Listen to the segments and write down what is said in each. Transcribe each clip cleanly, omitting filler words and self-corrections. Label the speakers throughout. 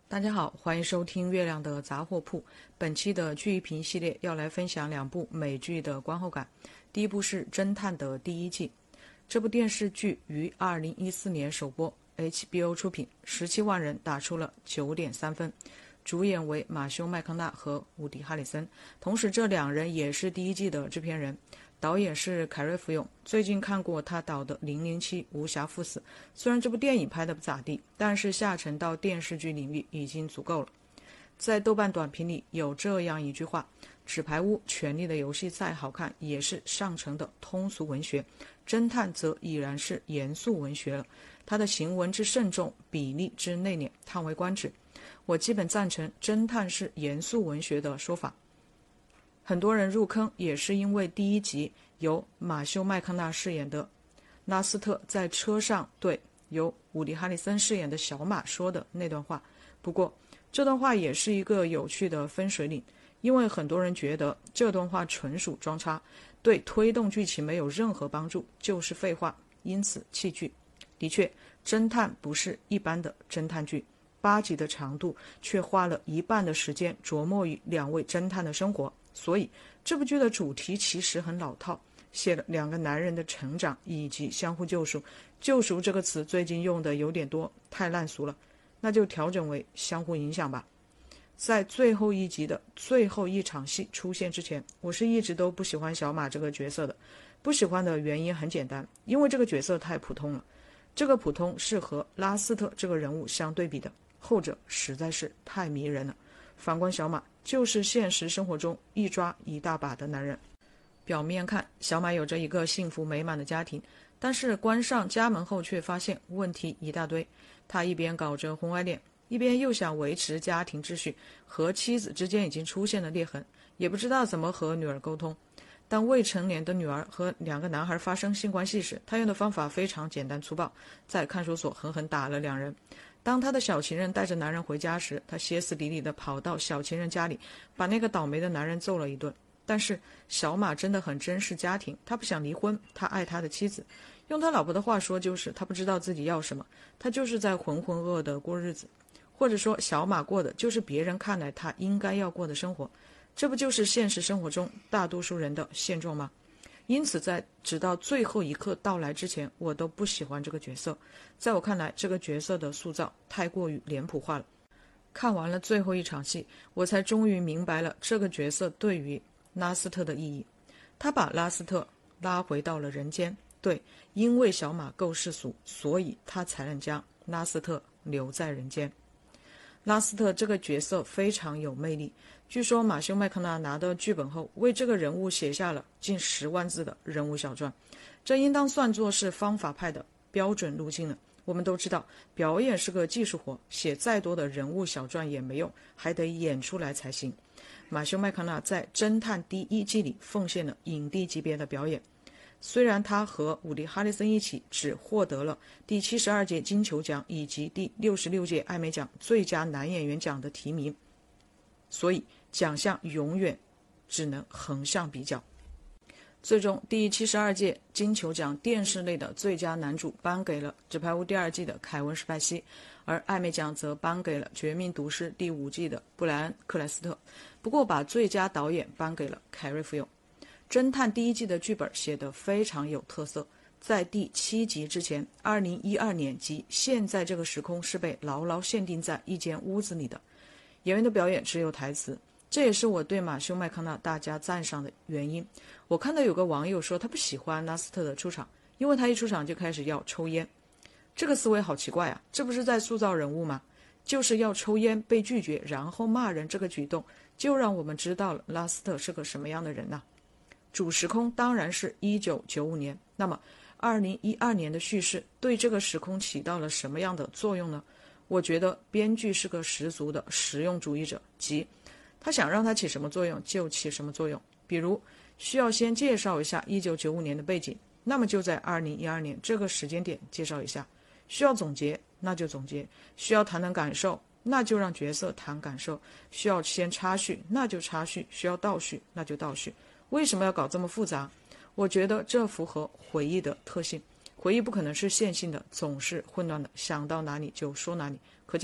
Speaker 1: 大家好，欢迎收听月亮的杂货铺。本期的剧评系列要来分享2部美剧的观后感。第一部是《侦探》的第1季，这部电视剧于2014年首播， HBO 出品，17万人打出了9.3分，主演为马修·麦康纳和伍迪·哈里森，同时这2人也是第1季的制片人。导演是凯瑞·福永，最近看过他导的《007无暇赴死》，虽然这部电影拍的不咋地，但是下沉到电视剧领域已经足够了。在豆瓣短评里有这样一句话：纸牌屋、权力的游戏再好看也是上乘的通俗文学，侦探则已然是严肃文学了，他的行文之慎重，比例之内敛，叹为观止。我基本赞成侦探是严肃文学的说法。很多人入坑也是因为第1集由马修·麦康纳饰演的拉斯特在车上对由伍迪·哈里森饰演的小马说的那段话。不过这段话也是一个有趣的分水岭，因为很多人觉得这段话纯属装叉，对推动剧情没有任何帮助，就是废话，因此弃剧。的确，侦探不是一般的侦探剧，8集的长度却花了1半的时间琢磨于2位侦探的生活，所以这部剧的主题其实很老套，写了2个男人的成长以及相互救赎。救赎这个词最近用的有点多，太烂俗了，那就调整为相互影响吧。在最后1集的最后一场戏出现之前，我是一直都不喜欢小马这个角色的。不喜欢的原因很简单，因为这个角色太普通了。这个普通是和拉斯特这个人物相对比的，后者实在是太迷人了。反观小马，就是现实生活中一抓一大把的男人。表面看，小马有着一个幸福美满的家庭，但是关上家门后却发现问题一大堆。他一边搞着婚外恋，一边又想维持家庭秩序，和妻子之间已经出现了裂痕，也不知道怎么和女儿沟通。当未成年的女儿和2个男孩发生性关系时，他用的方法非常简单粗暴，在看守所狠狠打了2人。当他的小情人带着男人回家时，他歇斯底里地跑到小情人家里，把那个倒霉的男人揍了一顿。但是小马真的很珍视家庭，他不想离婚，他爱他的妻子。用他老婆的话说，就是他不知道自己要什么，他就是在浑浑噩噩地过日子。或者说，小马过的就是别人看来他应该要过的生活。这不就是现实生活中大多数人的现状吗？因此直到最后一刻到来之前，我都不喜欢这个角色。在我看来，这个角色的塑造太过于脸谱化了。看完了最后一场戏，我才终于明白了这个角色对于拉斯特的意义。他把拉斯特拉回到了人间，对，因为小马够世俗，所以他才能将拉斯特留在人间。拉斯特这个角色非常有魅力，据说马修·麦康纳拿到剧本后，为这个人物写下了近10万字的人物小传，这应当算作是方法派的标准路径了。我们都知道，表演是个技术活，写再多的人物小传也没用，还得演出来才行。马修·麦康纳在《侦探》第1季里奉献了影帝级别的表演，虽然他和伍迪·哈里森一起只获得了第72届金球奖以及第66届艾美奖最佳男演员奖的提名，所以奖项永远只能横向比较。最终第72届金球奖电视类的最佳男主颁给了《纸牌屋》第2季的凯文·史派西，而艾美奖则颁给了《绝命毒师》第5季的布莱恩·克莱斯特，不过把最佳导演颁给了凯瑞·福永。侦探第1季的剧本写得非常有特色，在第7集之前，2012年及现在这个时空是被牢牢限定在一间屋子里的，演员的表演只有台词，这也是我对马修·麦康纳大加赞赏的原因。我看到有个网友说他不喜欢拉斯特的出场，因为他一出场就开始要抽烟。这个思维好奇怪啊，这不是在塑造人物吗？就是要抽烟被拒绝然后骂人，这个举动就让我们知道了拉斯特是个什么样的人啊。主时空当然是1995年，那么2012年的叙事对这个时空起到了什么样的作用呢？我觉得编剧是个十足的实用主义者，即他想让它起什么作用就起什么作用。比如需要先介绍一下1995年的背景，那么就在2012年这个时间点介绍一下。需要总结，那就总结；需要谈谈感受，那就让角色谈感受；需要先插叙，那就插叙；需要倒叙，那就倒叙。为什么要搞这么复杂？我觉得这符合回忆的特性。回忆不可能是线性的，总是混乱的，想到哪里就说哪里。可见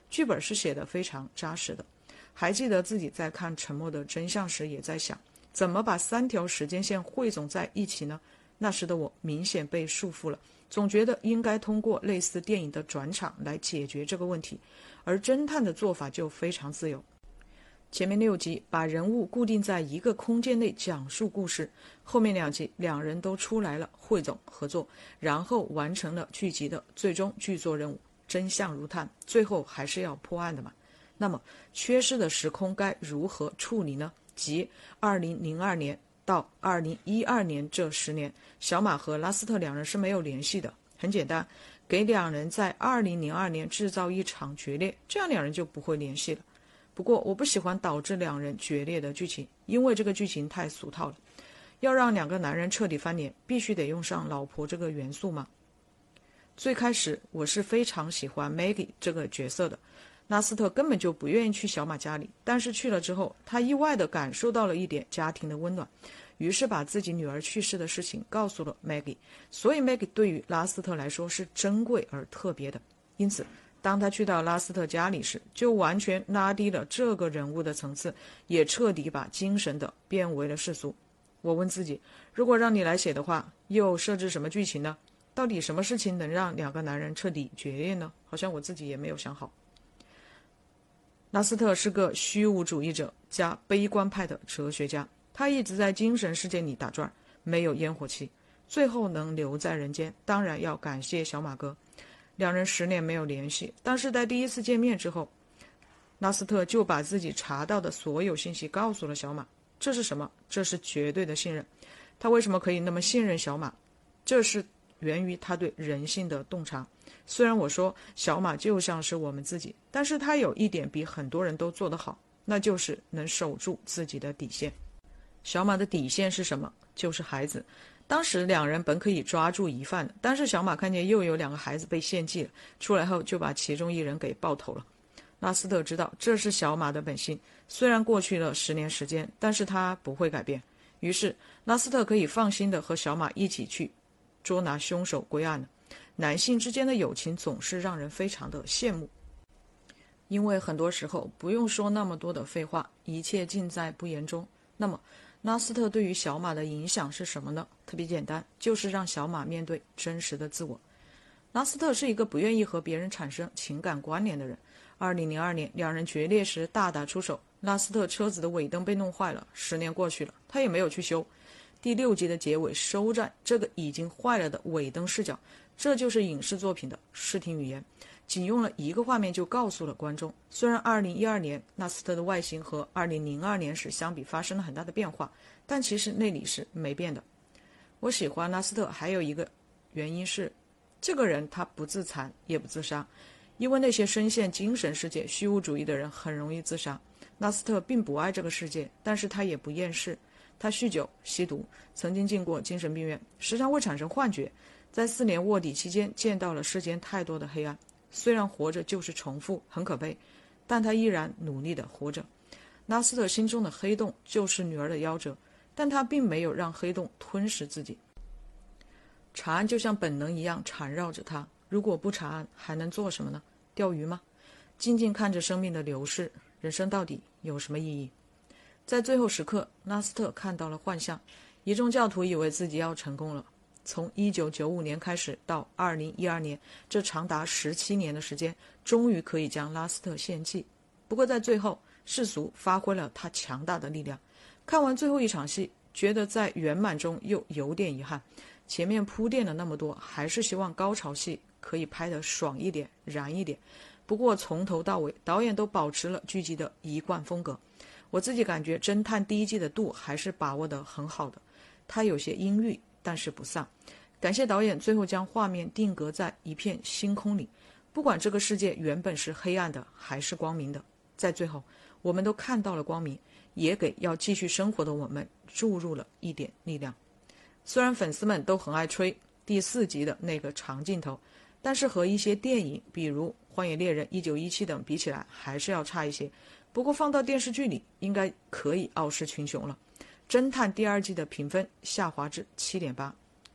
Speaker 1: 剧本是写得非常扎实的。还记得自己在看《沉默的真相》时也在想，怎么把3条时间线汇总在一起呢？那时的我明显被束缚了，总觉得应该通过类似电影的转场来解决这个问题，而侦探的做法就非常自由。前面6集把人物固定在一个空间内讲述故事，后面2集两人都出来了汇总合作，然后完成了剧集的最终剧作任务，真相如探，最后还是要破案的嘛。那么缺失的时空该如何处理呢？即2002年到2012年这10年，小马和拉斯特两人是没有联系的。很简单，给两人在2002年制造一场决裂，这样两人就不会联系了。不过我不喜欢导致两人决裂的剧情，因为这个剧情太俗套了。要让2个男人彻底翻脸，必须得用上老婆这个元素吗？最开始我是非常喜欢 Maggie 这个角色的，拉斯特根本就不愿意去小马家里，但是去了之后，他意外地感受到了一点家庭的温暖，于是把自己女儿去世的事情告诉了 Maggie， 所以 Maggie 对于拉斯特来说是珍贵而特别的。因此当他去到拉斯特家里时，就完全拉低了这个人物的层次，也彻底把精神的变为了世俗。我问自己，如果让你来写的话，又设置什么剧情呢？到底什么事情能让2个男人彻底决裂呢？好像我自己也没有想好。拉斯特是个虚无主义者加悲观派的哲学家，他一直在精神世界里打转，没有烟火气，最后能留在人间，当然要感谢小马哥。两人10年没有联系，但是在第一次见面之后，拉斯特就把自己查到的所有信息告诉了小马。这是什么？这是绝对的信任。他为什么可以那么信任小马？这是源于他对人性的洞察。虽然我说小马就像是我们自己，但是他有一点比很多人都做得好，那就是能守住自己的底线。小马的底线是什么？就是孩子。当时两人本可以抓住疑犯的，但是小马看见又有2个孩子被献祭了，出来后就把其中1人给爆头了。拉斯特知道这是小马的本性，虽然过去了10年时间，但是他不会改变。于是拉斯特可以放心的和小马一起去捉拿凶手归案了。男性之间的友情总是让人非常的羡慕，因为很多时候不用说那么多的废话，一切尽在不言中。那么拉斯特对于小马的影响是什么呢？特别简单，就是让小马面对真实的自我。拉斯特是一个不愿意和别人产生情感关联的人。2002年两人决裂时大打出手，拉斯特车子的尾灯被弄坏了，10年过去了，他也没有去修。第6集的结尾收在这个已经坏了的尾灯视角，这就是影视作品的视听语言，仅用了1个画面就告诉了观众。虽然2012年拉斯特的外形和2002年时相比发生了很大的变化，但其实内里是没变的。我喜欢拉斯特还有一个原因是，这个人他不自残也不自杀，因为那些深陷精神世界虚无主义的人很容易自杀。拉斯特并不爱这个世界，但是他也不厌世。他酗酒吸毒，曾经进过精神病院，时常会产生幻觉。在4年卧底期间见到了世间太多的黑暗，虽然活着就是重复，很可悲，但他依然努力地活着。拉斯特心中的黑洞就是女儿的夭折，但他并没有让黑洞吞噬自己。查案就像本能一样缠绕着他，如果不查案还能做什么呢？钓鱼吗？静静看着生命的流逝，人生到底有什么意义？在最后时刻，拉斯特看到了幻象，一众教徒以为自己要成功了。从1995年开始到2012年，这长达17年的时间，终于可以将拉斯特献祭。不过在最后，世俗发挥了他强大的力量。看完最后一场戏，觉得在圆满中又有点遗憾。前面铺垫了那么多，还是希望高潮戏可以拍得爽一点，燃一点。不过从头到尾，导演都保持了剧集的一贯风格。我自己感觉侦探第1季的度还是把握得很好的，它有些阴郁，但是不丧。感谢导演最后将画面定格在一片星空里，不管这个世界原本是黑暗的还是光明的，在最后我们都看到了光明，也给要继续生活的我们注入了一点力量。虽然粉丝们都很爱吹第4集的那个长镜头，但是和一些电影比如《荒野猎人》1917等比起来还是要差一些，不过放到电视剧里应该可以傲视群雄了。侦探第2季的评分下滑至7.8，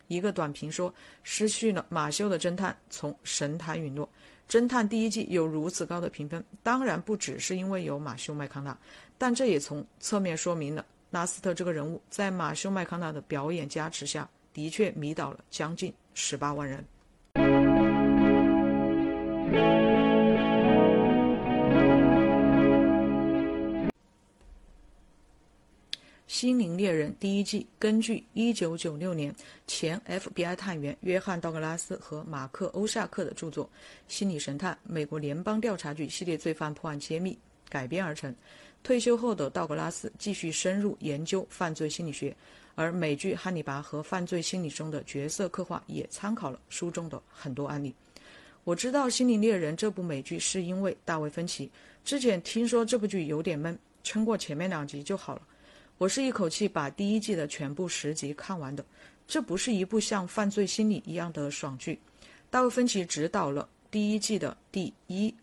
Speaker 1: 一个短评说，失去了马修的侦探从神坛陨落。侦探第一季有如此高的评分，当然不只是因为有马修麦康纳，但这也从侧面说明了拉斯特这个人物在马修麦康纳的表演加持下，的确迷倒了将近18万人。心灵猎人第一季根据1996年前 FBI 探员约翰·道格拉斯和马克·欧夏克的著作《心理神探：美国联邦调查局系列罪犯破案揭秘》改编而成。退休后的道格拉斯继续深入研究犯罪心理学，而美剧《汉尼拔》和犯罪心理中的角色刻画也参考了书中的很多案例。我知道《心灵猎人》这部美剧是因为大卫·芬奇，之前听说这部剧有点闷，撑过前面2集就好了。我是一口气把第一季的全部10集看完的，这不是一部像犯罪心理一样的爽剧。大卫·芬奇执导了第一季的第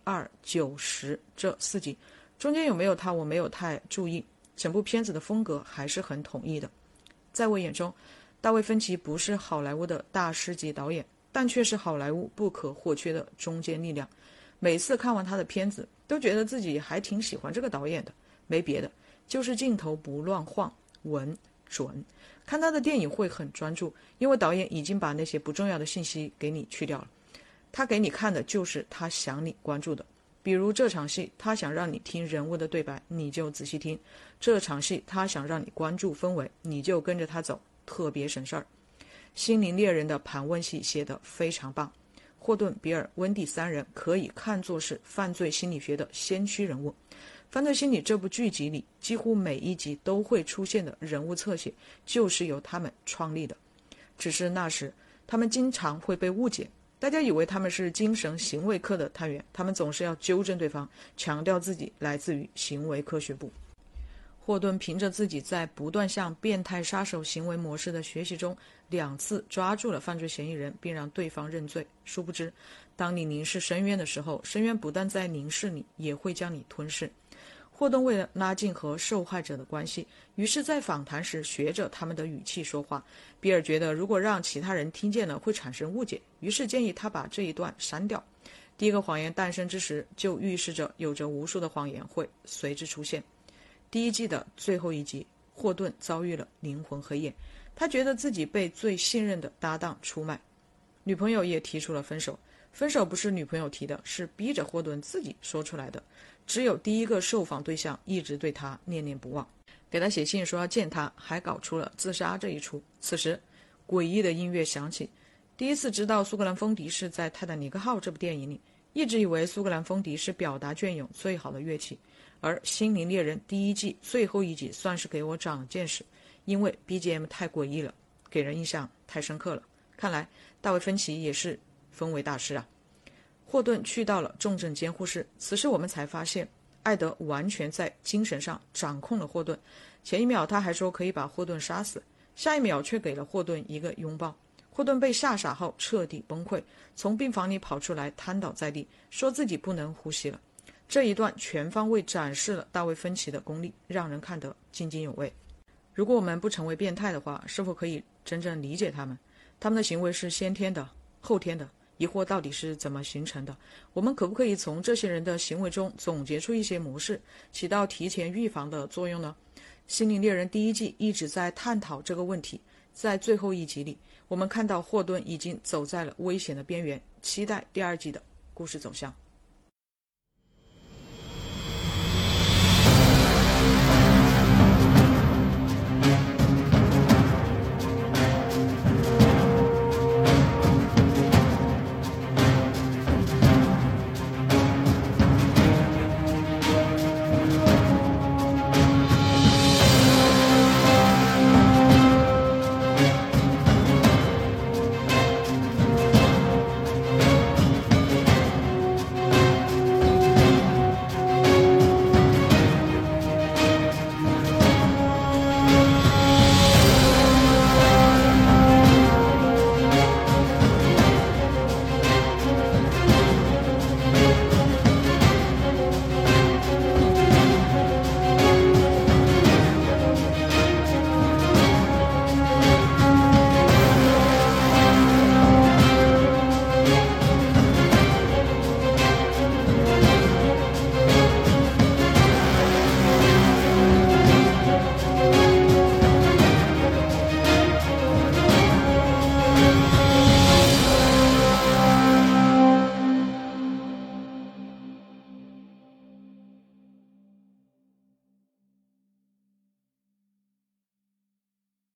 Speaker 1: 1、2、9、10这4集，中间有没有他我没有太注意，整部片子的风格还是很统一的。在我眼中，大卫·芬奇不是好莱坞的大师级导演，但却是好莱坞不可或缺的中坚力量。每次看完他的片子，都觉得自己还挺喜欢这个导演的，没别的，就是镜头不乱晃，稳准。看他的电影会很专注，因为导演已经把那些不重要的信息给你去掉了，他给你看的就是他想你关注的。比如这场戏他想让你听人物的对白，你就仔细听；这场戏他想让你关注氛围，你就跟着他走，特别省事儿。心灵猎人的盘问戏写得非常棒，霍顿、比尔、温蒂3人可以看作是犯罪心理学的先驱人物。犯罪心理这部剧集里几乎每一集都会出现的人物侧写，就是由他们创立的。只是那时他们经常会被误解，大家以为他们是精神行为科的探员，他们总是要纠正对方，强调自己来自于行为科学部。霍顿凭着自己在不断向变态杀手行为模式的学习中2次抓住了犯罪嫌疑人，并让对方认罪。殊不知，当你凝视深渊的时候，深渊不但在凝视你，也会将你吞噬。霍顿为了拉近和受害者的关系，于是在访谈时学着他们的语气说话。比尔觉得如果让其他人听见了会产生误解，于是建议他把这一段删掉。第一个谎言诞生之时，就预示着有着无数的谎言会随之出现。第一季的最后一集，霍顿遭遇了灵魂黑夜，他觉得自己被最信任的搭档出卖，女朋友也提出了分手。分手不是女朋友提的，是逼着霍顿自己说出来的。只有第一个受访对象一直对他念念不忘，给他写信说要见他，还搞出了自杀这一出。此时诡异的音乐响起，第一次知道苏格兰风笛是在《泰坦尼克号》这部电影里，一直以为苏格兰风笛是表达隽永最好的乐器。而《心灵猎人》第一季最后一集算是给我长了见识，因为 BGM 太诡异了，给人印象太深刻了。看来大卫·芬奇也是氛围大师啊。霍顿去到了重症监护室，此时我们才发现艾德完全在精神上掌控了霍顿。前一秒他还说可以把霍顿杀死，下一秒却给了霍顿一个拥抱。霍顿被吓傻后彻底崩溃，从病房里跑出来瘫倒在地，说自己不能呼吸了。这一段全方位展示了大卫·芬奇的功力，让人看得津津有味。如果我们不成为变态的话，是否可以真正理解他们？他们的行为是先天的、后天的，疑惑到底是怎么形成的？我们可不可以从这些人的行为中总结出一些模式，起到提前预防的作用呢？心灵猎人第一季一直在探讨这个问题，在最后一集里，我们看到霍顿已经走在了危险的边缘，期待第2季的故事走向。